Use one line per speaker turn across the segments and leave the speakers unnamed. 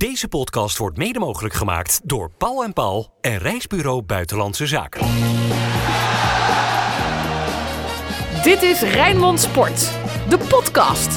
Deze podcast wordt mede mogelijk gemaakt door Paul en Paul en Reisbureau Buitenlandse Zaken.
Dit is Rijnmond Sport, de podcast.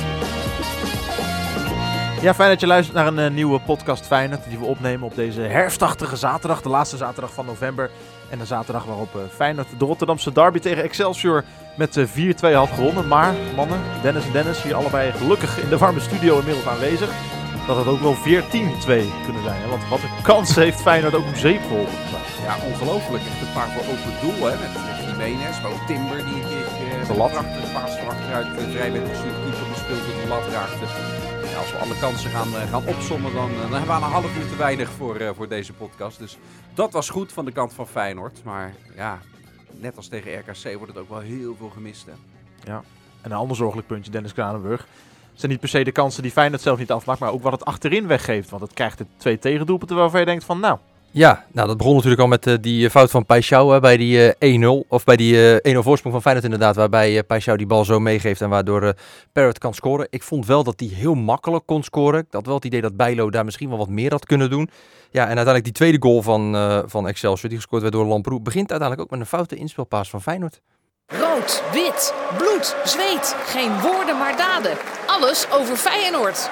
Ja, fijn dat je luistert naar een nieuwe podcast Feyenoord die we opnemen op deze herfstachtige zaterdag. De laatste zaterdag van november. En de zaterdag waarop Feyenoord de Rotterdamse derby tegen Excelsior met 4-2 had gewonnen. Maar mannen, Dennis en Dennis, hier allebei gelukkig in de warme studio inmiddels aanwezig. Dat het ook wel 14-2 kunnen zijn. Hè? Want wat een kans heeft Feyenoord ook om zeep geholpen.
Ja, ongelooflijk. Echt een paar voor open doel, hè. Met Jiménez, maar ook Timber die een keertje
de lat.
prachtig paas van achteruit vrij werd gestuurd. Keeper bespeeld door de lat raakte. Ja, als we alle kansen gaan opsommen, dan hebben we een half uur te weinig voor deze podcast. Dus dat was goed van de kant van Feyenoord. Maar ja, net als tegen RKC wordt het ook wel heel veel gemist, hè.
Ja, en een ander zorgelijk puntje, Dennis Kranenburg. Het zijn niet per se de kansen die Feyenoord zelf niet afmaakt, maar ook wat het achterin weggeeft. Want het krijgt de 2 tegendoelpunten waarvan je denkt van nou...
Ja, nou dat begon natuurlijk al met die fout van Paixão bij die 1-0. Of bij die 1-0 voorsprong van Feyenoord inderdaad. Waarbij Paixão die bal zo meegeeft en waardoor Parrott kan scoren. Ik vond wel dat hij heel makkelijk kon scoren. Ik had wel het idee dat Bijlo daar misschien wel wat meer had kunnen doen. Ja, en uiteindelijk die tweede goal van Excelsior, die gescoord werd door Lamproe, begint uiteindelijk ook met een foute inspelpaas van Feyenoord.
Rood, wit, bloed, zweet. Geen woorden maar daden. Alles over Feyenoord.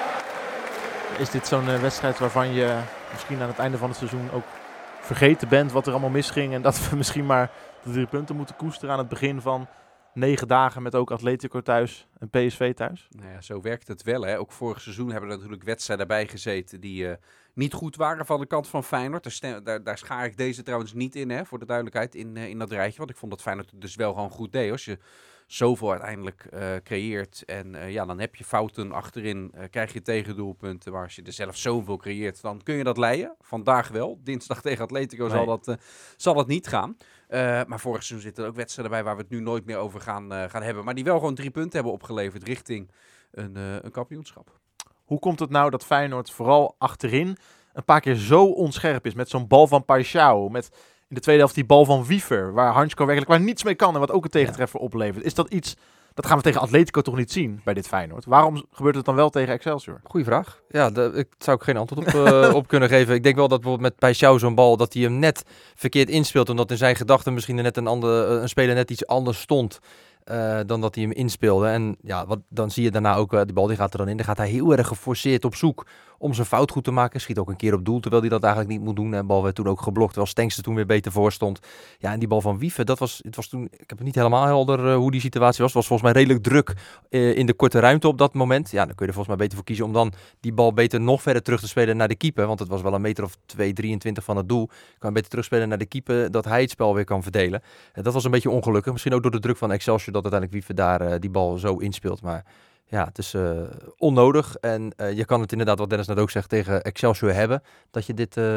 Is dit zo'n wedstrijd waarvan je misschien aan het einde van het seizoen ook vergeten bent wat er allemaal misging en dat we misschien maar de 3 punten moeten koesteren aan het begin van 9 dagen met ook Atletico thuis en PSV thuis?
Nou ja, zo werkt het wel, hè. Ook vorig seizoen hebben er natuurlijk wedstrijden bij gezeten die niet goed waren van de kant van Feyenoord. Daar schaar ik deze trouwens niet in, hè, voor de duidelijkheid, in dat rijtje. Want ik vond dat Feyenoord het dus wel gewoon goed deed. Als je zoveel uiteindelijk creëert en dan heb je fouten achterin, krijg je tegendoelpunten. Maar als je er zelf zoveel creëert, dan kun je dat leiden. Vandaag wel. Dinsdag tegen Atletico zal dat niet gaan. Maar vorig seizoen zitten er ook wedstrijden bij waar we het nu nooit meer over gaan hebben. Maar die wel gewoon 3 punten hebben opgeleverd richting een kampioenschap.
Hoe komt het nou dat Feyenoord vooral achterin een paar keer zo onscherp is met zo'n bal van Paixão, met in de tweede helft die bal van Wiever, waar Hansko werkelijk niets mee kan en wat ook een tegentreffer oplevert? Is dat iets, dat gaan we tegen Atletico toch niet zien bij dit Feyenoord? Waarom gebeurt het dan wel tegen Excelsior?
Goeie vraag. Ja, ik zou ook geen antwoord op kunnen geven. Ik denk wel dat bijvoorbeeld met Paixão zo'n bal, dat hij hem net verkeerd inspeelt, omdat in zijn gedachten misschien net een speler net iets anders stond dan dat hij hem inspeelde. En ja, dan zie je daarna ook, die bal die gaat er dan in. Dan gaat hij heel erg geforceerd op zoek om zijn fout goed te maken. Schiet ook een keer op doel, terwijl hij dat eigenlijk niet moet doen. De bal werd toen ook geblokt, terwijl Stenks er toen weer beter voor stond. Ja, en die bal van Wiever, het was toen, ik heb het niet helemaal helder hoe die situatie was. Het was volgens mij redelijk druk in de korte ruimte op dat moment. Ja, dan kun je er volgens mij beter voor kiezen om dan die bal beter nog verder terug te spelen naar de keeper. Want het was wel een meter of 2,23 van het doel. Kan beter terugspelen naar de keeper, dat hij het spel weer kan verdelen. Dat was een beetje ongelukkig. Misschien ook door de druk van Excelsior dat uiteindelijk Wiever daar die bal zo inspeelt. Maar ja, het is onnodig. En je kan het inderdaad, wat Dennis net ook zegt, tegen Excelsior hebben. Dat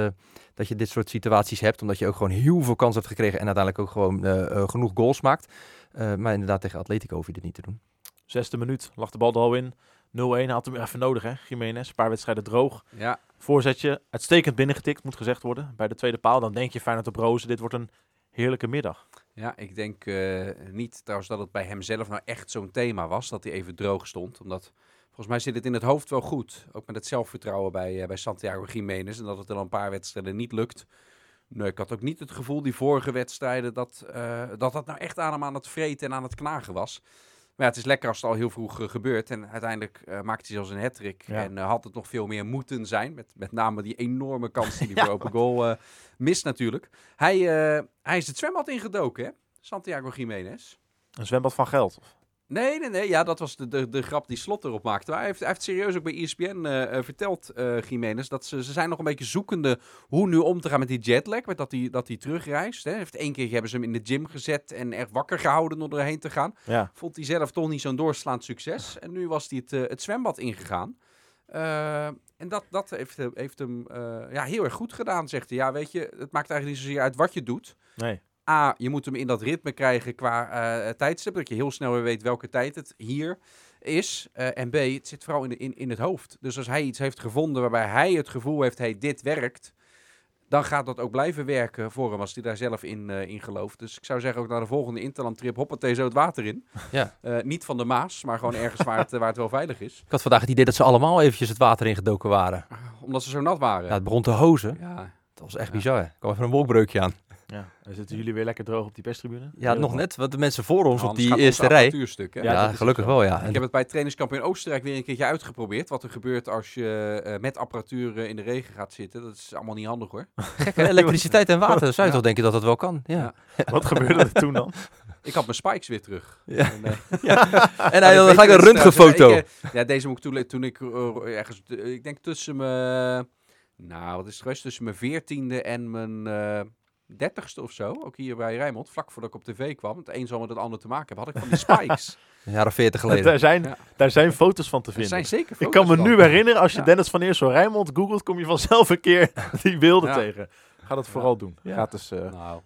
je dit soort situaties hebt. Omdat je ook gewoon heel veel kans hebt gekregen. En uiteindelijk ook gewoon genoeg goals maakt. Maar inderdaad, tegen Atletico hoef je dit niet te doen.
6e minuut, lag de bal er al in. 0-1, had hem even nodig, hè, Jiménez. Een paar wedstrijden droog.
Ja.
Voorzetje, uitstekend binnengetikt, moet gezegd worden. Bij de tweede paal, dan denk je Feyenoord op rozen. Dit wordt een heerlijke middag.
Ja, ik denk niet trouwens dat het bij hemzelf nou echt zo'n thema was, dat hij even droog stond. Omdat volgens mij zit het in het hoofd wel goed. Ook met het zelfvertrouwen bij Santiago Jiménez. En dat het er al een paar wedstrijden niet lukt. Nee, ik had ook niet het gevoel die vorige wedstrijden dat nou echt aan hem aan het vreten en aan het knagen was. Maar ja, het is lekker als het al heel vroeg gebeurt. En uiteindelijk maakt hij zelfs een hat-trick. Ja. En had het nog veel meer moeten zijn. Met name die enorme kans die hij voor open goal mist natuurlijk. Hij is het zwembad ingedoken, hè? Santiago Jiménez.
Een zwembad van geld?
Nee. Ja, dat was de grap die Slot erop maakte. Maar hij heeft serieus ook bij ESPN verteld, Jiménez, dat ze zijn nog een beetje zoekende hoe nu om te gaan met die jetlag. Met dat hij terugreist. Hè. Één keer hebben ze hem in de gym gezet en echt wakker gehouden om erheen te gaan. Ja. Vond hij zelf toch niet zo'n doorslaand succes. En nu was hij het zwembad ingegaan. En dat heeft hem heel erg goed gedaan, zegt hij. Ja, weet je, het maakt eigenlijk niet zozeer uit wat je doet.
Nee.
A, je moet hem in dat ritme krijgen qua tijdstip. Dat je heel snel weer weet welke tijd het hier is. En B, het zit vooral in het hoofd. Dus als hij iets heeft gevonden waarbij hij het gevoel heeft, hey, dit werkt. dan gaat dat ook blijven werken voor hem als hij daar zelf in gelooft. Dus ik zou zeggen ook naar de volgende interlandtrip, hoppatee zo het water in.
Ja.
Niet van de Maas, maar gewoon ergens waar het wel veilig is.
Ik had vandaag het idee dat ze allemaal eventjes het water ingedoken waren.
Omdat ze zo nat waren.
Ja, het begon te hozen.
Ja.
Dat was echt bizar. Er kwam even een wolkbreukje aan.
Ja. Dan zitten jullie weer lekker droog op die perstribune?
Ja, nog net, want de mensen voor ons op
Anders
die
gaat
eerste
ons
rij.
apparatuurstuk, hè?
Ja,
Ja,
dat is
gelukkig
zo.
wel, ja.
Ik heb het bij het trainingskamp in Oostenrijk weer een keertje uitgeprobeerd. Wat er gebeurt als je met apparatuur in de regen gaat zitten. Dat is allemaal niet handig hoor.
Gekke elektriciteit en water. Zou je toch denken dat dat wel kan? Ja.
Wat gebeurde er toen dan?
Ik had mijn spikes weer terug.
Ja.
En,
En hij had gelijk een röntgenfoto.
Ja, deze moet ik toen ik ergens, ik denk tussen mijn, wat is het geweest? Tussen mijn 14e en mijn 30ste of zo. Ook hier bij Rijnmond, vlak voordat ik op tv kwam. Het een zal met het ander te maken hebben. Had ik van die spikes.
Een jaar of 40 geleden.
Daar zijn foto's van te
Er
vinden.
zijn zeker
Ik
foto's
kan me
van.
nu herinneren, als je
Ja.
Dennis van Eersel Rijnmond googelt, kom je vanzelf een keer die beelden
Ja.
tegen. Ga dat vooral doen.
Ja.
Gratis,
Nou,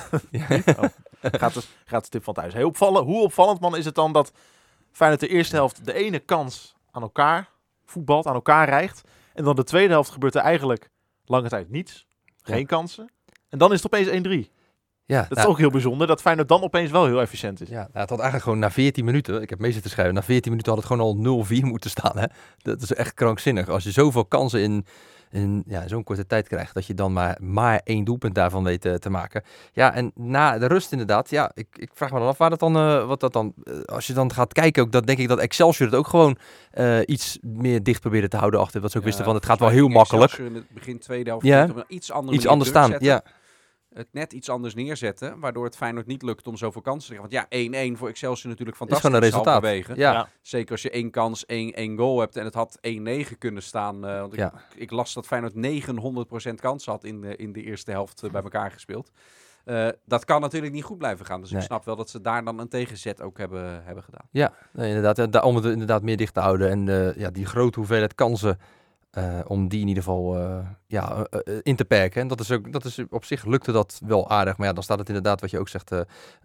gratis tip van thuis. Hey, hoe opvallend man is het dan dat Feyenoord de eerste helft de ene kans aan elkaar voetbalt, aan elkaar rijgt. En dan de tweede helft gebeurt er eigenlijk lange tijd niets. Geen
Ja.
kansen. En dan is het opeens 1-3.
Ja,
Dat is ook heel bijzonder, dat Feyenoord dan opeens wel heel efficiënt is.
Ja, nou, het had eigenlijk gewoon na 14 minuten, ik heb mee zitten schrijven, na 14 minuten had het gewoon al 0-4 moeten staan. Hè? Dat is echt krankzinnig. Als je zoveel kansen in zo'n korte tijd krijgt, dat je dan maar 1 doelpunt daarvan weet te maken. Ja, en na de rust inderdaad, ja, ik vraag me dan af waar dat dan, wat dat dan, als je dan gaat kijken, ook dat denk ik dat Excelsior het ook gewoon iets meer dicht proberen te houden achter, wat ze ook wisten van, het gaat wel heel makkelijk.
Excelsior in het begin tweede helft
Ja.
op een iets andere
Iets
manier
anders
druk
staan,
zetten.
ja.
Het net iets anders neerzetten, waardoor het Feyenoord niet lukt om zoveel kansen te krijgen. Want ja, 1-1 voor Excelsior natuurlijk
Is
fantastisch.
gewoon een resultaat.
halverwege.
Ja.
Ja.
Zeker als je 1 kans, 1 goal hebt en het had 1-9 kunnen staan. Want
Ja.
ik las dat Feyenoord 900% kans had in de eerste helft bij elkaar gespeeld. Dat kan natuurlijk niet goed blijven gaan. Dus
Nee.
ik snap wel dat ze daar dan een tegenzet ook hebben gedaan.
Ja, nee, inderdaad. Om het inderdaad meer dicht te houden. En die grote hoeveelheid kansen, om die in ieder geval in te perken. En dat is op zich lukte dat wel aardig. Maar ja, dan staat het inderdaad, wat je ook zegt,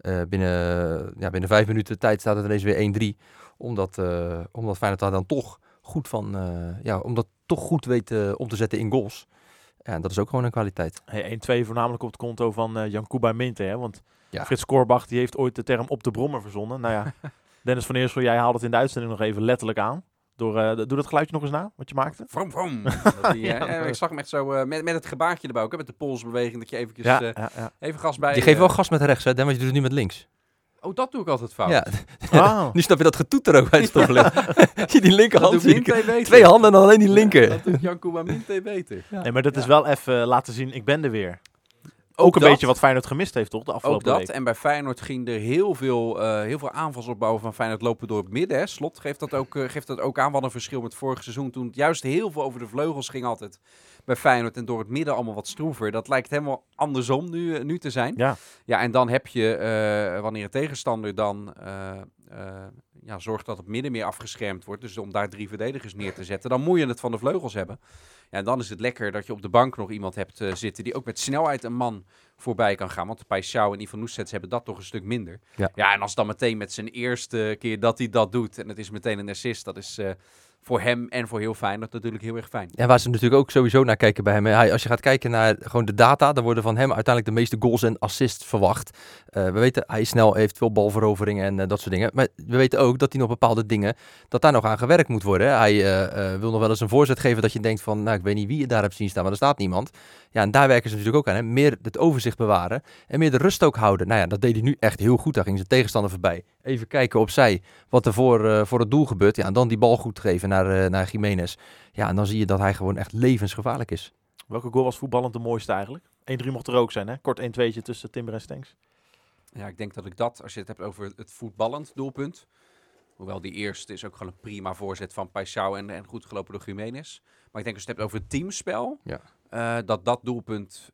binnen 5 minuten tijd staat het ineens weer 1-3. Omdat Feyenoord daar dan toch goed van, om dat toch goed weet om te zetten in goals. Ja, en dat is ook gewoon een kwaliteit.
Hey, 1-2 voornamelijk op het konto van Jankuba Minte. Hè? Want
Ja.
Frits Korbach die heeft ooit de term op de brommer verzonnen. Nou ja, Dennis van Eersel, jij haalde het in de uitzending nog even letterlijk aan. Doe dat geluidje nog eens na, wat je maakte.
Vroom, vroom. Ik zag hem echt zo met het gebaartje erbij ook. Met de polsbeweging dat je eventjes
Ja.
even gas bij...
Die geeft wel gas met rechts, hè? Want je doet het nu met links.
Oh, dat doe ik altijd fout.
Ja,
Ah.
nu snap je dat getoeter ook bij het stoplicht. Zie die linkerhand,
dat
zie
doet
ik.
Minte beter.
2 handen en dan alleen die linker.
Dat doet Jankuba Minte beter.
Nee, maar dat is wel even laten zien, ik ben er weer. Ook een
dat.
beetje wat Feyenoord gemist heeft, toch? De
Ook
afgelopen
dat.
week.
En bij Feyenoord ging er heel veel aanvalsopbouwen van Feyenoord lopen door het midden. Hè. Slot geeft dat ook aan. Wat een verschil met vorig seizoen. Toen het juist heel veel over de vleugels ging altijd bij Feyenoord. En door het midden allemaal wat stroever. Dat lijkt helemaal andersom nu te zijn. Ja, en dan heb je, wanneer een tegenstander dan zorgt dat het midden meer afgeschermd wordt. Dus om daar 3 verdedigers neer te zetten. Dan moet je het van de vleugels hebben. Ja, en dan is het lekker dat je op de bank nog iemand hebt zitten die ook met snelheid een man voorbij kan gaan. Want Paixão en Ivan Nusets hebben dat toch een stuk minder. Ja, en als dan meteen met zijn eerste keer dat hij dat doet en het is meteen een assist, dat is voor hem en voor heel Feyenoord natuurlijk heel erg fijn.
Ja, waar ze natuurlijk ook sowieso naar kijken bij hem. Als je gaat kijken naar gewoon de data, dan worden van hem uiteindelijk de meeste goals en assists verwacht. We weten, hij is snel, heeft veel balveroveringen en dat soort dingen. Maar we weten ook dat hij nog bepaalde dingen, dat daar nog aan gewerkt moet worden. Hij wil nog wel eens een voorzet geven dat je denkt van, nou, ik weet niet wie je daar hebt zien staan, maar er staat niemand. Ja, en daar werken ze natuurlijk ook aan. Hè? Meer het overzicht bewaren en meer de rust ook houden. Nou ja, dat deed hij nu echt heel goed. Daar ging zijn tegenstander voorbij. Even kijken opzij wat er voor het doel gebeurt. Ja, en dan die bal goed geven naar Jiménez. Ja, en dan zie je dat hij gewoon echt levensgevaarlijk is.
Welke goal was voetballend de mooiste eigenlijk? 1-3 mocht er ook zijn, hè? Kort 1-2'tje tussen Timber en Stenks.
Ja, ik denk dat ik dat, als je het hebt over het voetballend doelpunt, hoewel die eerste is ook gewoon een prima voorzet van Paixão en goed gelopen door Jiménez. Maar ik denk als je het hebt over het teamspel, dat doelpunt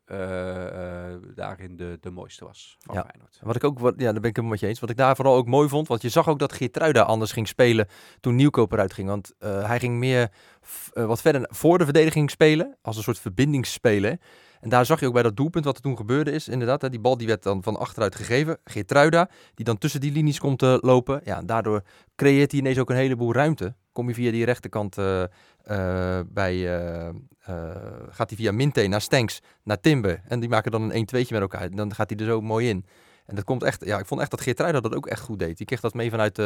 daarin de mooiste was van Feyenoord.
Wat ik ook, daar ben ik het helemaal met je eens. Wat ik daar vooral ook mooi vond, want je zag ook dat Geertruida anders ging spelen toen Nieuwkoop eruit ging. Want hij ging meer wat verder voor de verdediging spelen, als een soort verbindingsspeler. En daar zag je ook bij dat doelpunt wat er toen gebeurde is, inderdaad, hè, die bal die werd dan van achteruit gegeven. Geertruida, die dan tussen die linies komt te lopen. Ja, en daardoor creëert hij ineens ook een heleboel ruimte. Kom je via die rechterkant gaat hij via Minte naar Stenks, naar Timber. En die maken dan een 1-2'tje met elkaar. En dan gaat hij er zo mooi in. En dat komt echt, ik vond echt dat Geertruida dat ook echt goed deed. Die kreeg dat mee vanuit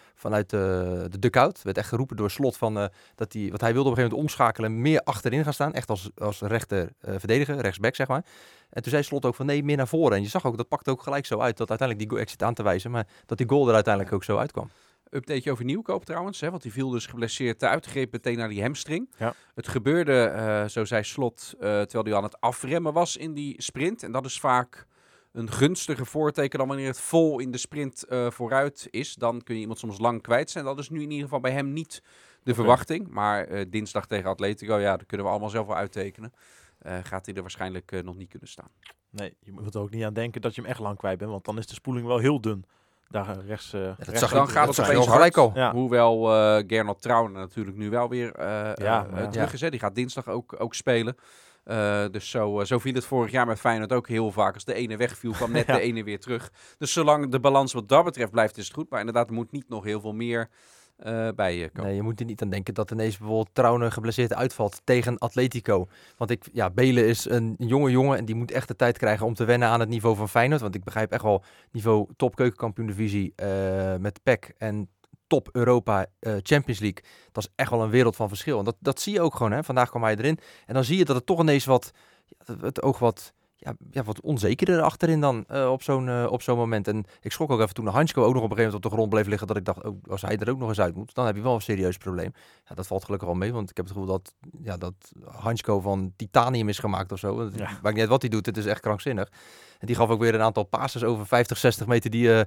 de dugout. Werd echt geroepen door Slot van want hij wilde op een gegeven moment omschakelen en meer achterin gaan staan. Echt als rechter verdediger, rechtsback zeg maar. En toen zei Slot ook van nee, meer naar voren. En je zag ook, dat pakte ook gelijk zo uit dat uiteindelijk die exit aan te wijzen. Maar dat die goal er uiteindelijk ook zo uitkwam.
Updateje over Nieuwkoop trouwens, hè, want die viel dus geblesseerd uit. Greep meteen naar die hamstring.
Ja.
Het gebeurde, zo zei Slot, terwijl hij aan het afremmen was in die sprint. En dat is vaak een gunstiger voorteken dan wanneer het vol in de sprint vooruit is. Dan kun je iemand soms lang kwijt zijn. Dat is nu in ieder geval bij hem niet de verwachting. Maar dinsdag tegen Atletico, dat kunnen we allemaal zelf wel uittekenen. Gaat hij er waarschijnlijk nog niet kunnen staan.
Nee, je moet er ook niet aan denken dat je hem echt lang kwijt bent. Want dan is de spoeling wel heel dun. Daar rechts.
Dan
rechts
gaat het opeens
gelijk al.
Ja.
Hoewel Gernot Trauner natuurlijk nu wel weer terug is. Hè. Die gaat dinsdag ook spelen. Dus zo viel het vorig jaar met Feyenoord ook heel vaak. Als de ene wegviel, kwam net de ene weer terug. Dus zolang de balans wat dat betreft blijft, is het goed. Maar inderdaad, er moet niet nog heel veel meer bij je komen.
Nee, je moet er niet aan denken dat ineens bijvoorbeeld Trauner geblesseerd uitvalt tegen Atletico. Want Belen is een jonge jongen en die moet echt de tijd krijgen om te wennen aan het niveau van Feyenoord. Want ik begrijp echt wel niveau top keukenkampioen-divisie met PEC en top Europa Champions League. Dat is echt wel een wereld van verschil. En dat zie je ook gewoon. Hè? Vandaag kwam hij erin. En dan zie je dat het toch ineens het oog wat onzekerder achterin dan op zo'n moment. En ik schrok ook even toen Hansko ook nog op een gegeven moment op de grond bleef liggen. Dat ik dacht, als hij er ook nog eens uit moet, dan heb je wel een serieus probleem. Ja, dat valt gelukkig wel mee. Want ik heb het gevoel dat Hansko van titanium is gemaakt of zo. Het maakt niet uit wat hij doet. Het is echt krankzinnig. En die gaf ook weer een aantal passes over 50, 60 meter. Die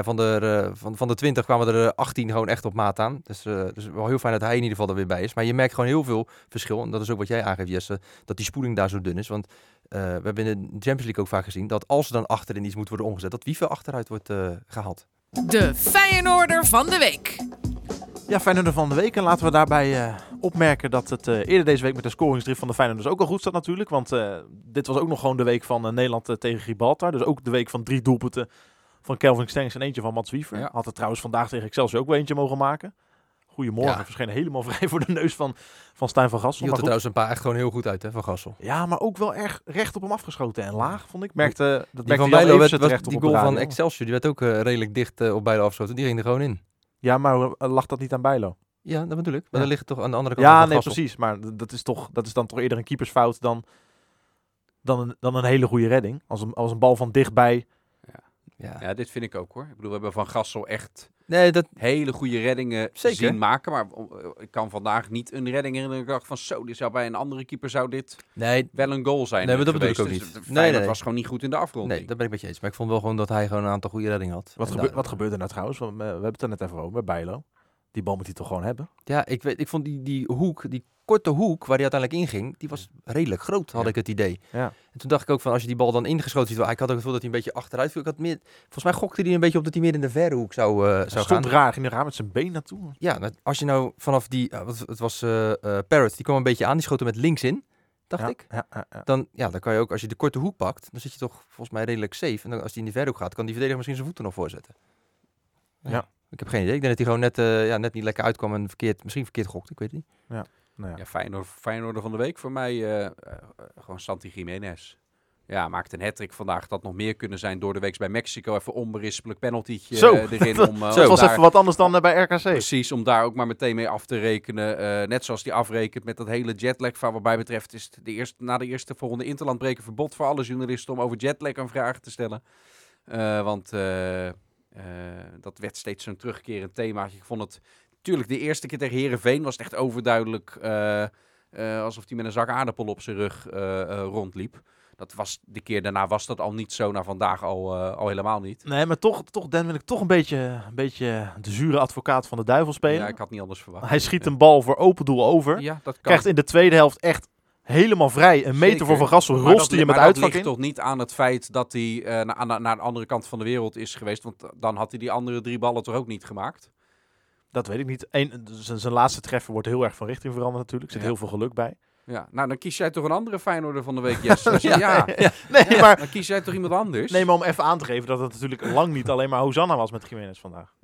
van de 20 kwamen er 18 gewoon echt op maat aan. Dus wel heel fijn dat hij in ieder geval er weer bij is. Maar je merkt gewoon heel veel verschil. En dat is ook wat jij aangeeft, Jesse. Dat die spoeling daar zo dun is. Want we hebben in de Champions League ook vaak gezien dat als er dan achterin iets moet worden omgezet, dat Wiever achteruit wordt gehaald.
De Feyenoorder van de week.
Ja, Feyenoorder van de week. En laten we daarbij opmerken dat het eerder deze week met de scoringsdrift van de Feyenoorders ook al goed staat natuurlijk. Want dit was ook nog gewoon de week van Nederland tegen Gibraltar. Dus ook de week van 3 doelpunten van Kelvin Stengs en eentje van Mats Wiever. Ja. Had het trouwens vandaag tegen Excelsior ook wel eentje mogen maken. Goedemorgen, verscheen helemaal vrij voor de neus van Stijn van Gassel.
Die hield er trouwens een paar echt gewoon heel goed uit, hè, van Gassel.
Ja, maar ook wel erg recht op hem afgeschoten en laag, vond ik. Merkte
van Bijlo die goal van Excelsior, die werd ook redelijk dicht op Bijlo afgeschoten. Die ging er gewoon in.
Ja, maar lag dat niet aan Bijlo?
Ja, dat bedoel ik. Maar dan ligt het toch aan de andere kant
van
Gassel.
Ja, nee, precies. Maar dat is dan toch eerder een keepersfout dan een hele goede redding. Als een bal van dichtbij.
Ja, dit vind ik ook hoor. Ik bedoel, we hebben van Gassel echt hele goede reddingen
zeker
zien maken. Maar ik kan vandaag niet een redding herinneren. Ik dacht van dit zou bij een andere keeper zou dit wel een goal zijn.
Nee, maar dat bedoel ik ook
dus
niet.
Het was gewoon niet goed in de afronding.
Nee, dat ben ik met je eens. Maar ik vond wel gewoon dat hij gewoon een aantal goede reddingen had.
Wat gebeurde er nou trouwens? Want we hebben het er net even over met Bijlo. Die bal moet hij toch gewoon hebben?
Ja, ik vond die hoek, die korte hoek waar hij uiteindelijk inging, die was redelijk groot, had ik het idee.
Ja.
En toen dacht ik ook van, als je die bal dan ingeschoten ziet, ik had ook het gevoel dat hij een beetje achteruit viel. Volgens mij gokte hij een beetje op dat hij meer in de verre hoek zou gaan.
Stond raar, ging er raar met zijn been naartoe.
Ja, als je nou vanaf die, het was Parrott, die kwam een beetje aan, die schoot er met links in, dacht ik.
Ja.
Dan kan je ook, als je de korte hoek pakt, dan zit je toch volgens mij redelijk safe. En dan, als hij in die verre hoek gaat, kan die verdediger misschien zijn voeten nog voorzetten. Ja. Ik heb geen idee. Ik denk dat hij gewoon net niet lekker uitkwam en misschien verkeerd gokt. Ik weet het niet.
Ja, Feyenoorder van de week voor mij gewoon Santi Giménez. Ja, maakt een hat-trick vandaag. Dat nog meer kunnen zijn door de week bij Mexico. Even onberispelijk penaltytje erin.
Dat was even wat anders dan bij RKC.
Precies, om daar ook maar meteen mee af te rekenen. Net zoals die afrekent met dat hele jetlag. Wat mij betreft is na de eerste volgende interlandbreken verbod voor alle journalisten om over jetlag een vraag te stellen. Want dat werd steeds zo'n terugkerend themaatje. Ik vond het natuurlijk de eerste keer tegen Heerenveen was het echt overduidelijk alsof hij met een zak aardappel op zijn rug rondliep. Dat was de keer daarna was dat al niet zo, naar vandaag al helemaal niet.
Nee, maar toch Dan wil ik toch een beetje de zure advocaat van de duivel spelen.
Ja, ik had niet anders verwacht.
Hij schiet een bal voor open doel over.
Ja, dat kan.
Krijgt in de tweede helft echt helemaal vrij. Een meter voor Van Gassel rost hij met uitvak in.
Dat ligt toch niet aan het feit dat hij naar de andere kant van de wereld is geweest. Want dan had hij die andere 3 ballen toch ook niet gemaakt?
Dat weet ik niet. Zijn laatste treffer wordt heel erg van richting veranderd natuurlijk. Er zit heel veel geluk bij.
Ja, nou dan kies jij toch een andere Feyenoorder van de week, Jesse.
Nee, maar
dan kies jij toch iemand anders?
Nee, maar om even aan te geven dat het natuurlijk lang niet alleen maar Hosanna was met Giménez vandaag.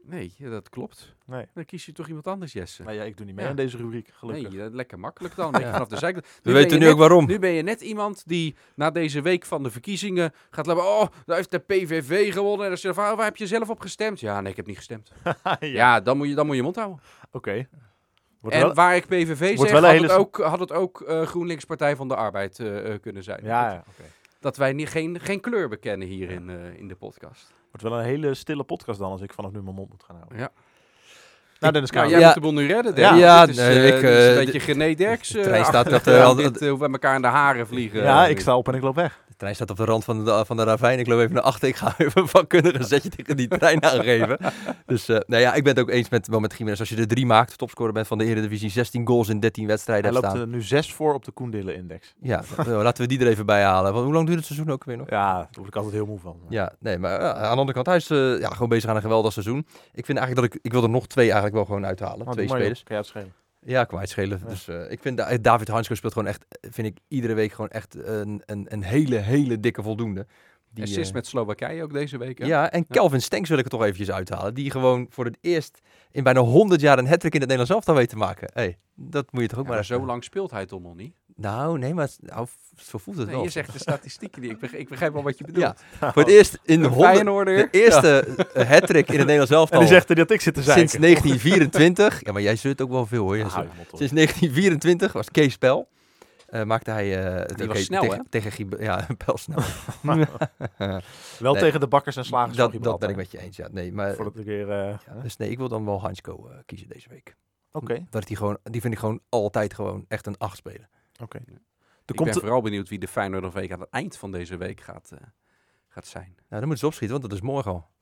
Nee, dat klopt.
Nee.
Dan kies je toch iemand anders, Jesse.
Nou ja, ik doe niet mee
Ja.
aan deze rubriek, gelukkig.
Nee, lekker makkelijk dan. Vanaf de zijkant.
We weten nu ook waarom.
Nu ben je net iemand die na deze week van de verkiezingen gaat laten. Oh, daar heeft de PVV gewonnen. En dan zeg je van, waar heb je zelf op gestemd? Ja, nee, ik heb niet gestemd. Ja, dan moet je mond houden.
Oké.
En waar ik PVV
wordt
zeg,
wel een
had het ook GroenLinks Partij van de Arbeid kunnen zijn.
Ja, oké.
Dat wij geen kleur bekennen hier in de podcast.
Wordt wel een hele stille podcast dan als ik vanaf nu mijn mond moet gaan houden.
Ja.
Nou, Dennis
Nou,
Kamer.
jij moet de boel nu redden, Dennis.
Ja,
Dit is,
nee,
dit is een beetje René Derks.
de trein staat
hoe we elkaar in de haren vliegen.
Ja, ik sta op en ik loop weg.
De trein staat op de rand van de ravijn. Ik loop even naar achter. Ik ga even vakkundig een zetje tegen die trein aangeven. Dus ik ben het ook eens met Gimenez. Als je er 3 maakt, topscorer bent van de Eredivisie, 16 goals in 13 wedstrijden
Hij
hebt
loopt
staan.
nu 6 voor op de Koendillen-index.
Ja, laten we die er even bij halen. Want hoe lang duurt het seizoen ook weer nog?
Ja, daar word ik altijd heel moe van.
Ja, nee, maar aan de andere kant, hij is gewoon bezig aan een geweldig seizoen. Ik vind eigenlijk ik wil er nog 2 eigenlijk wel gewoon uithalen. 2 spelers.
Kan je uitschelen?
Ja, kan uitschelen. Ja. Dus ik vind David Hansko speelt gewoon echt, vind ik iedere week gewoon echt een hele dikke voldoende.
Assist met Slowakije ook deze week. Hè?
Ja, en Kelvin Stenks wil ik er toch eventjes uithalen. Die gewoon voor het eerst in bijna 100 jaar een hat-trick in het Nederlands elftal weet te maken. Hey, dat moet je toch ook maar
zo lang speelt hij toch nog niet?
Nou, nee, maar zo voelt het wel.
Je zegt de statistieken niet. Ik begrijp wel wat je bedoelt.
Ja, voor het eerst in de eerste hat-trick in het Nederlands elftal.
En die zegt er dat ik zit te zeiken.
Sinds 1924. Ja, maar jij zult ook wel veel hoor. Sinds 1924 was Kees Pel. Maakte hij
die was snel,
tegen ja, Pel snel.
Wel tegen de bakkers en slagers.
Dat ben ik met je eens. Ja, nee, maar
voordat ik weer.
Dus nee, ik wil dan wel Hansko kiezen deze week.
Oké.
Die vind ik gewoon altijd gewoon echt een 8 spelen.
Oké.
Ik ben vooral benieuwd wie de Feyenoord week aan het eind van deze week gaat zijn.
Nou, dan moeten ze opschieten, want dat is morgen al.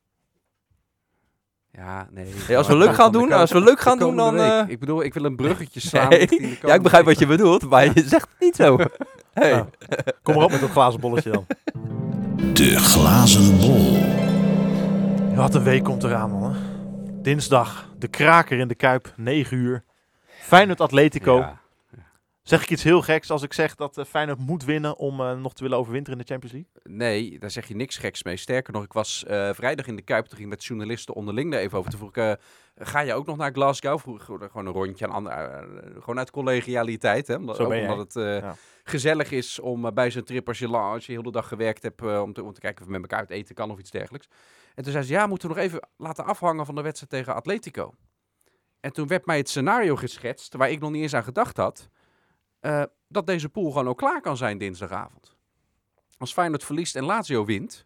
Ja, nee.
Hey, als we leuk gaan doen, dan...
Ik bedoel, ik wil een bruggetje slaan.
Nee. Ja, ik begrijp wat je bedoelt, maar je zegt het niet zo. Hey.
Nou, kom maar op met dat glazen bolletje dan.
De glazen bol.
Wat een week komt eraan, man. Dinsdag, de kraker in de Kuip, 9 uur. Feyenoord Atletico.
Ja.
Zeg ik iets heel geks als ik zeg dat Feyenoord moet winnen om nog te willen overwinteren in de Champions League?
Nee, daar zeg je niks geks mee. Sterker nog, ik was vrijdag in de Kuip. Toen ging met journalisten onderling daar even over. Toen vroeg ik, ga je ook nog naar Glasgow? Vroeg gewoon een rondje aan gewoon uit collegialiteit. Hè? Omdat het gezellig is om bij zo'n trip als je heel de dag gewerkt hebt... om te kijken of met elkaar uit eten kan of iets dergelijks. En toen zei ze, ja, moeten we nog even laten afhangen van de wedstrijd tegen Atletico. En toen werd mij het scenario geschetst, waar ik nog niet eens aan gedacht had... dat deze pool gewoon ook klaar kan zijn dinsdagavond. Als Feyenoord verliest en Lazio wint...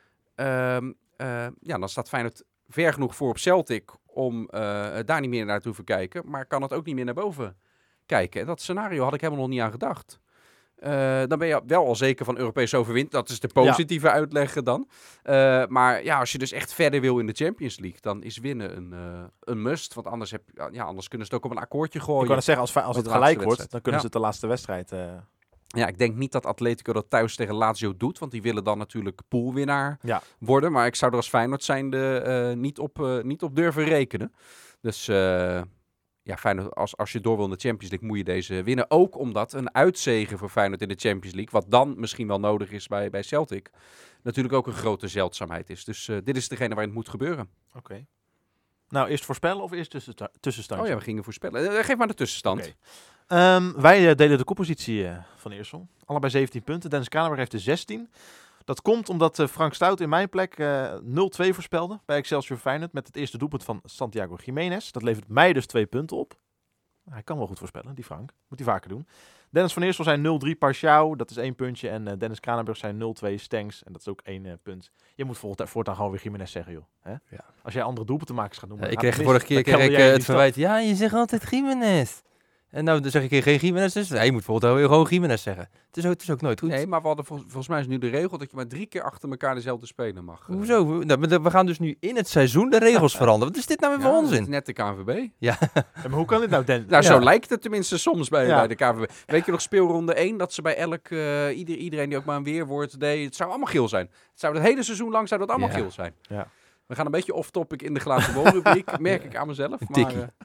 dan staat Feyenoord ver genoeg voor op Celtic... om daar niet meer naar te hoeven kijken. Maar kan het ook niet meer naar boven kijken. En dat scenario had ik helemaal nog niet aan gedacht. Dan ben je wel al zeker van Europees overwint. Dat is de positieve uitleg dan. Maar ja, als je dus echt verder wil in de Champions League... dan is winnen een must. Want anders, anders kunnen ze het ook op een akkoordje gooien.
Ik kan het zeggen, als het gelijk wordt... dan kunnen ze het de laatste wedstrijd...
Ja, ik denk niet dat Atletico dat thuis tegen Lazio doet. Want die willen dan natuurlijk poolwinnaar worden. Maar ik zou er als Feyenoord zijnde niet op durven rekenen. Dus... Feyenoord, als je door wil in de Champions League, moet je deze winnen. Ook omdat een uitzege voor Feyenoord in de Champions League, wat dan misschien wel nodig is bij Celtic, natuurlijk ook een grote zeldzaamheid is. Dus dit is degene waar het moet gebeuren.
Oké. Nou, eerst voorspellen of eerst tussenstand?
Oh ja, we gingen voorspellen. Geef maar de tussenstand.
Okay. Wij delen de koppositie van Eersel. Allebei 17 punten. Dennis Kranenberg heeft er 16. Dat komt omdat Frank Stout in mijn plek 0-2 voorspelde bij Excelsior Feyenoord met het eerste doelpunt van Santiago Gimenez. Dat levert mij dus 2 punten op. Hij kan wel goed voorspellen, die Frank. Moet hij vaker doen. Dennis van Eersel zijn 0-3 Parciau, dat is 1 puntje. En Dennis Kranenburg zijn 0-2 Stenks, en dat is ook 1 punt. Je moet voortaan gewoon weer Gimenez zeggen, joh. Hè? Ja. Als jij andere doelpuntenmakers gaat noemen...
ik kreeg vorige keer het verwijt, ja, je zegt altijd Gimenez. En nou, dan zeg ik geen Gimenez, dus je moet bijvoorbeeld gewoon Gimenez zeggen. Het is ook nooit goed.
Nee, maar we hadden volgens mij is nu de regel dat je maar 3 keer achter elkaar dezelfde speler mag.
Hoezo? We gaan dus nu in het seizoen de regels veranderen. Wat is dit nou weer voor onzin?
Net de KNVB.
Ja.
Maar hoe kan dit nou, Dennis?
Nou, zo lijkt het tenminste soms bij de KNVB. Weet je nog speelronde 1, dat ze bij iedereen die ook maar een weerwoord deed, het zou allemaal geel zijn. Het hele seizoen lang zou dat allemaal geel zijn.
Ja.
We gaan een beetje off-topic in de glazen bolrubriek, merk ik aan mezelf. Maar,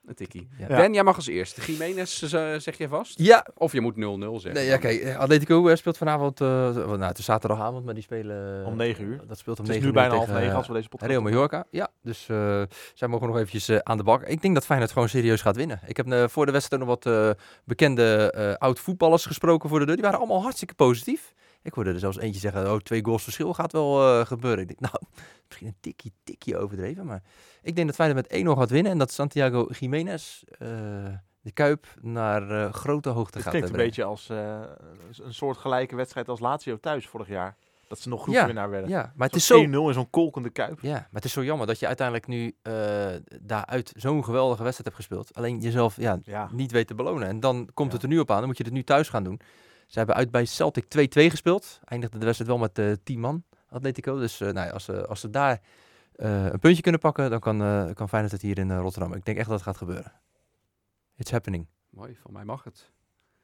Een tikkie.
Ja.
Ja.
Ben, jij mag als eerste. Jiménez, zeg je vast?
Ja.
Of je moet 0-0 zeggen.
Nee, ja, kijk, Atletico speelt vanavond, het is zaterdagavond, maar die spelen...
Om 9 uur.
Dat speelt om
Het is
9
nu
uur
bijna
tegen,
8:30 als we deze podcast
Real Mallorca, ja. Dus zij mogen nog eventjes aan de bak. Ik denk dat Feyenoord gewoon serieus gaat winnen. Ik heb voor de wedstrijd nog wat bekende oud-voetballers gesproken voor de deur. Die waren allemaal hartstikke positief. Ik hoorde er zelfs eentje zeggen, 2 goals verschil gaat wel gebeuren. Ik denk, nou, misschien een tikkie overdreven. Maar ik denk dat Feyenoord met 1-0 gaat winnen. En dat Santiago Jiménez de Kuip naar grote hoogte
Het
gaat
klinkt een
brengen.
beetje als een soort gelijke wedstrijd als Lazio thuis vorig jaar. Dat ze nog goed
Ja,
winnaar werden.
Ja, maar het is
Zo'n
zo...
1-0 in zo'n kolkende Kuip.
Ja, maar het is zo jammer dat je uiteindelijk nu daaruit zo'n geweldige wedstrijd hebt gespeeld. Alleen jezelf
Ja.
niet weet te belonen. En dan komt
Ja.
het er nu op aan. Dan moet je het nu thuis gaan doen. Ze hebben uit bij Celtic 2-2 gespeeld. Eindigde de wedstrijd wel met 10 man, Atletico. Dus als ze daar een puntje kunnen pakken, dan kan Feyenoord het hier in Rotterdam. Ik denk echt dat het gaat gebeuren. It's happening.
Mooi, van mij mag het.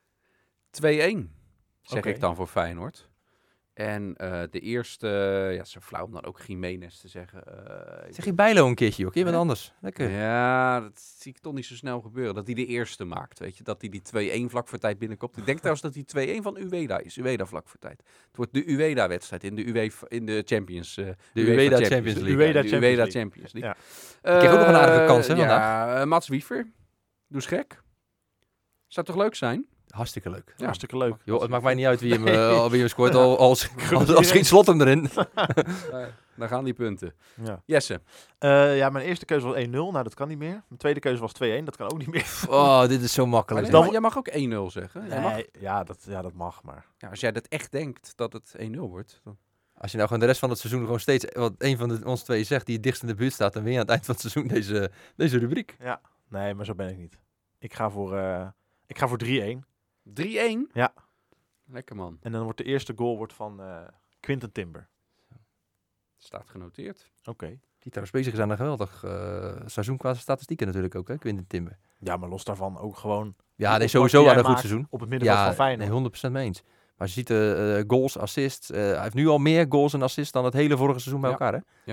2-1, zeg
Oké.
ik dan voor Feyenoord. En de eerste, zo flauw om dan ook Jiménez te zeggen.
Zeg je Bijlo een keertje, joh. Je bent anders. Lekker.
Ja, dat zie ik toch niet zo snel gebeuren. Dat hij de eerste maakt, weet je. Dat hij die 2-1 vlak voor tijd binnenkomt. Ik denk trouwens dat die 2-1 van Ueda is. Ueda vlak voor tijd. Het wordt de Ueda-wedstrijd in de Champions.
De Ueda Champions League.
Ueda
De
Champions
Ueda
League.
Champions League.
Ja.
kreeg ook nog een aardige kans, hè,
Ja, Mats Wiever. Doe eens gek. Zou toch leuk zijn?
Hartstikke leuk.
Ja.
Hartstikke leuk.
Joh, het maakt mij niet uit wie hem scoort. Als schiet Slot hem erin.
Daar gaan die punten.
Ja.
Jesse.
Ja, mijn eerste keuze was 1-0. Nou, dat kan niet meer. Mijn tweede keuze was 2-1. Dat kan ook niet meer.
Oh, dit is zo makkelijk.
Maar
dan-
jij mag ook 1-0 zeggen. Jij mag,
Nee, dat mag maar.
als jij dat echt denkt dat het 1-0 wordt. Dan...
Als je nou gewoon de rest van het seizoen gewoon steeds wat een van ons twee zegt die het dichtst in de buurt staat, dan win je aan het eind van het seizoen deze rubriek.
Nee, maar zo ben ik niet. Ik ga voor 3-1.
3-1?
Ja.
Lekker man.
En dan wordt de eerste goal van Quinten Timber.
Staat genoteerd.
Oké.
Die trouwens bezig is aan een geweldig seizoen qua statistieken natuurlijk ook, hè, Quinten Timber.
Ja, maar los daarvan ook gewoon
Ja, nee,
Wat
sowieso
jij
aan een goed
maakt
seizoen.
op het middenveld van Feyenoord.
nee, 100% mee eens. Maar als je ziet goals, assists. Hij heeft nu al meer goals en assists dan het hele vorige seizoen bij
Ja.
elkaar, hè?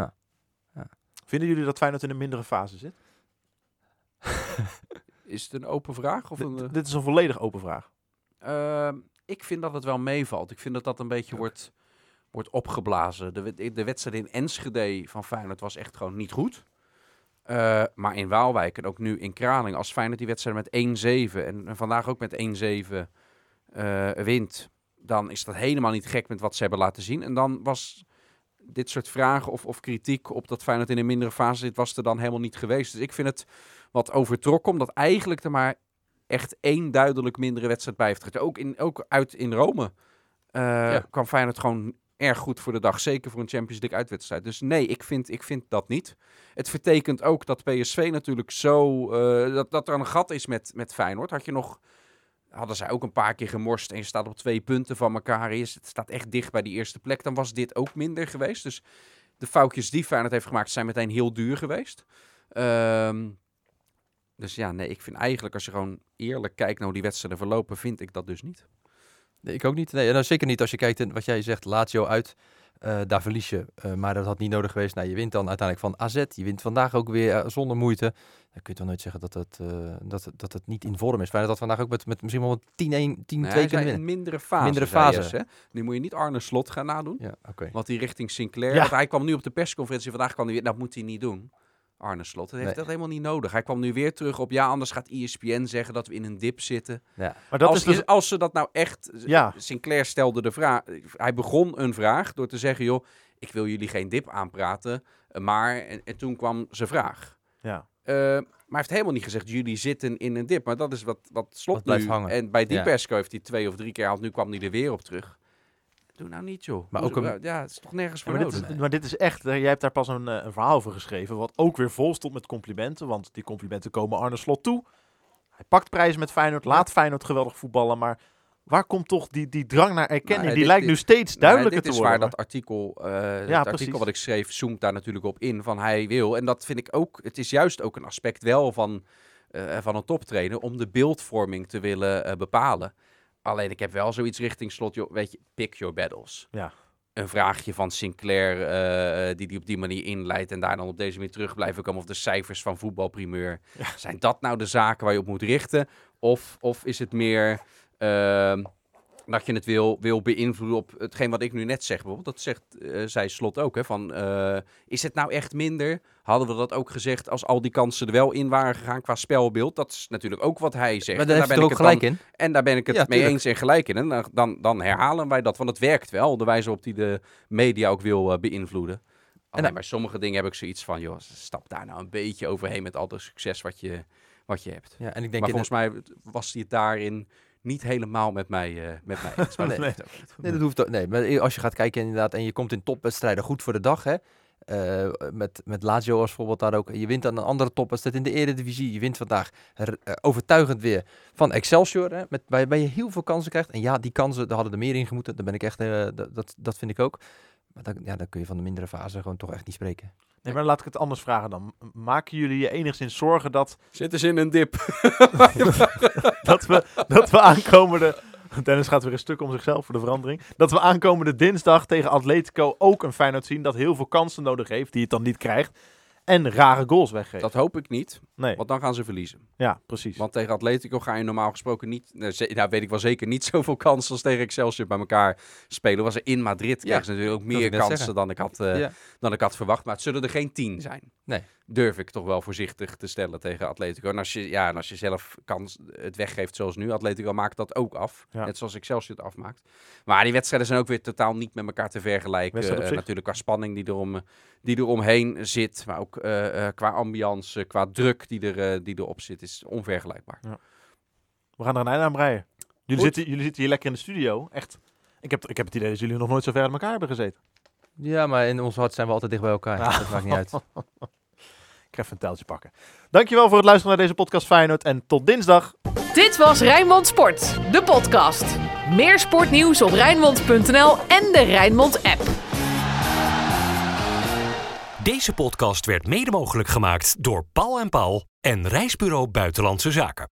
Vinden jullie dat Feyenoord in een mindere fase zit?
Is het een open vraag? Of een,
Dit is een volledig open vraag.
ik vind dat het wel meevalt. Ik vind dat dat een beetje wordt opgeblazen. De wedstrijd in Enschede van Feyenoord was echt gewoon niet goed. Maar in Waalwijk en ook nu in Kralingen, als Feyenoord die wedstrijd met 1-7 en vandaag ook met 1-7 wint, dan is dat helemaal niet gek met wat ze hebben laten zien. En dan was dit soort vragen of kritiek op dat Feyenoord in een mindere fase zit, was er dan helemaal niet geweest. Dus ik vind het wat overtrokken, omdat eigenlijk er maar echt één duidelijk mindere wedstrijd bij heeft gezeten. Ook uit in Rome kwam Feyenoord gewoon erg goed voor de dag. Zeker voor een Champions League uitwedstrijd. Dus nee, ik vind dat niet. Het vertekent ook dat PSV natuurlijk zo... dat er een gat is met Feyenoord. Hadden zij ook een paar keer gemorst en je staat op 2 punten van elkaar. Het staat echt dicht bij die eerste plek. Dan was dit ook minder geweest. Dus de foutjes die Feyenoord heeft gemaakt zijn meteen heel duur geweest. Dus ja, nee, ik vind eigenlijk als je gewoon eerlijk kijkt naar hoe die wedstrijden verlopen, vind ik dat dus niet.
Nee, ik ook niet. Nee, nou, zeker niet als je kijkt in wat jij zegt, Lazio uit. Daar verlies je. Maar dat had niet nodig geweest. Nou, je wint dan uiteindelijk van AZ. Je wint vandaag ook weer zonder moeite. Dan kun je toch nooit zeggen dat het niet in vorm is. Feyenoord had vandaag ook met misschien wel 10-2 kunnen winnen.
Een mindere fase.
Mindere fase.
Hè? Nu moet je niet Arne Slot gaan nadoen.
Ja, oké.
Want die richting Sinclair.
Ja.
Want hij kwam nu op de persconferentie. Vandaag kwam hij weer. Dat moet hij niet doen. Arne Slot. Dat heeft
Nee.
dat helemaal niet nodig. Hij kwam nu weer terug op. Ja, anders gaat ESPN zeggen dat we in een dip zitten.
Ja.
Maar dat is dus...
Als ze dat nou echt...
Ja.
Sinclair stelde de vraag... Hij begon een vraag door te zeggen... joh, ik wil jullie geen dip aanpraten. Maar... En toen kwam zijn vraag.
Ja.
Maar hij heeft helemaal niet gezegd... jullie zitten in een dip. Maar dat is wat Slot
Wat blijft
nu...
hangen.
En bij die
Ja.
persco heeft hij 2 of 3 keer gehaald. Nu kwam hij er weer op terug. Doe nou niet, joh.
Maar ook een-
Ja, het is toch nergens
Ja,
voor
maar,
nodig.
maar dit is echt, jij hebt daar pas een verhaal over geschreven, wat ook weer vol stond met complimenten, want die complimenten komen Arne Slot toe. Hij pakt prijzen met Feyenoord, laat Feyenoord geweldig voetballen, maar waar komt toch die drang naar erkenning?
Nou,
Die
dit-
lijkt nu steeds duidelijker
dit
te
is
worden.
waar dat artikel,
precies.
artikel wat ik schreef, zoomt daar natuurlijk op in. Van hij wil, en dat vind ik ook, het is juist ook een aspect wel van een toptrainer, om de beeldvorming te willen bepalen. Alleen ik heb wel zoiets richting Slot, joh, weet je, pick your battles.
Ja.
een vraagje van Sinclair die op die manier inleidt en daar dan op deze manier terug blijven komen. Of de cijfers van voetbalprimeur. Ja. Zijn dat nou de zaken waar je op moet richten? Of is het meer dat je het wil beïnvloeden op hetgeen wat ik nu net zeg? Bijvoorbeeld, dat zei Slot ook. Hè, van, is het nou echt minder? Hadden we dat ook gezegd als al die kansen er wel in waren gegaan qua spelbeeld? Dat is natuurlijk ook wat hij zegt.
Maar daar heeft hij er ook gelijk in.
En daar ben ik het mee eens en gelijk in. En dan herhalen wij dat, want het werkt wel. De wijze op die de media ook wil beïnvloeden. Alleen bij sommige dingen heb ik zoiets van, joh, stap daar nou een beetje overheen met al het succes wat je hebt.
Ja, en ik denk
maar volgens mij was hij het daarin niet helemaal met mij eens. Maar
dat hoeft ook. Nee, maar als je gaat kijken inderdaad en je komt in topwedstrijden goed voor de dag, hè. Met Lazio als voorbeeld daar ook. Je wint aan een andere topwedstrijd in de Eredivisie. Je wint vandaag overtuigend weer van Excelsior. Hè, waarbij je heel veel kansen krijgt. En ja, die kansen, daar hadden er meer in gemoeten. Daar ben ik echt, dat vind ik ook. Maar dan kun je van de mindere fase gewoon toch echt niet spreken.
Nee, maar laat ik het anders vragen dan. Maken jullie je enigszins zorgen dat...
Zitten ze in een dip?
dat we aankomende... Dennis gaat weer een stuk om zichzelf voor de verandering. Dat we aankomende dinsdag tegen Atletico ook een Feyenoord zien dat heel veel kansen nodig heeft, die het dan niet krijgt. En rare goals weggeeft.
Dat hoop ik niet,
nee.
Want dan gaan ze verliezen.
Ja, precies.
Want tegen Atletico ga je normaal gesproken niet, weet ik wel zeker, niet zoveel kansen als tegen Excelsior bij elkaar spelen. Was er in Madrid krijgen ze natuurlijk ook meer kansen dan ik had verwacht. Maar het zullen er geen 10 zijn.
Nee.
Durf ik toch wel voorzichtig te stellen tegen Atletico. En als je zelf het weggeeft zoals nu, Atletico maakt dat ook af. Ja. Net zoals Excelsior het afmaakt. Maar die wedstrijden zijn ook weer totaal niet met elkaar te vergelijken. Natuurlijk qua spanning die eromheen zit. Maar ook qua ambiance, qua druk die erop zit, is onvergelijkbaar. Ja.
We gaan er een einde aan breien. Jullie zitten hier lekker in de studio. Echt. Ik heb het idee dat jullie nog nooit zo ver uit elkaar hebben gezeten.
Ja, maar in ons hart zijn we altijd dicht bij elkaar. Ja. Dat maakt niet uit.
Ik ga even een tijltje pakken. Dankjewel voor het luisteren naar deze podcast Feyenoord en tot dinsdag.
Dit was Rijnmond Sport, de podcast. Meer sportnieuws op Rijnmond.nl en de Rijnmond app.
Deze podcast werd mede mogelijk gemaakt door Paul en Paul en Reisbureau Buitenlandse Zaken.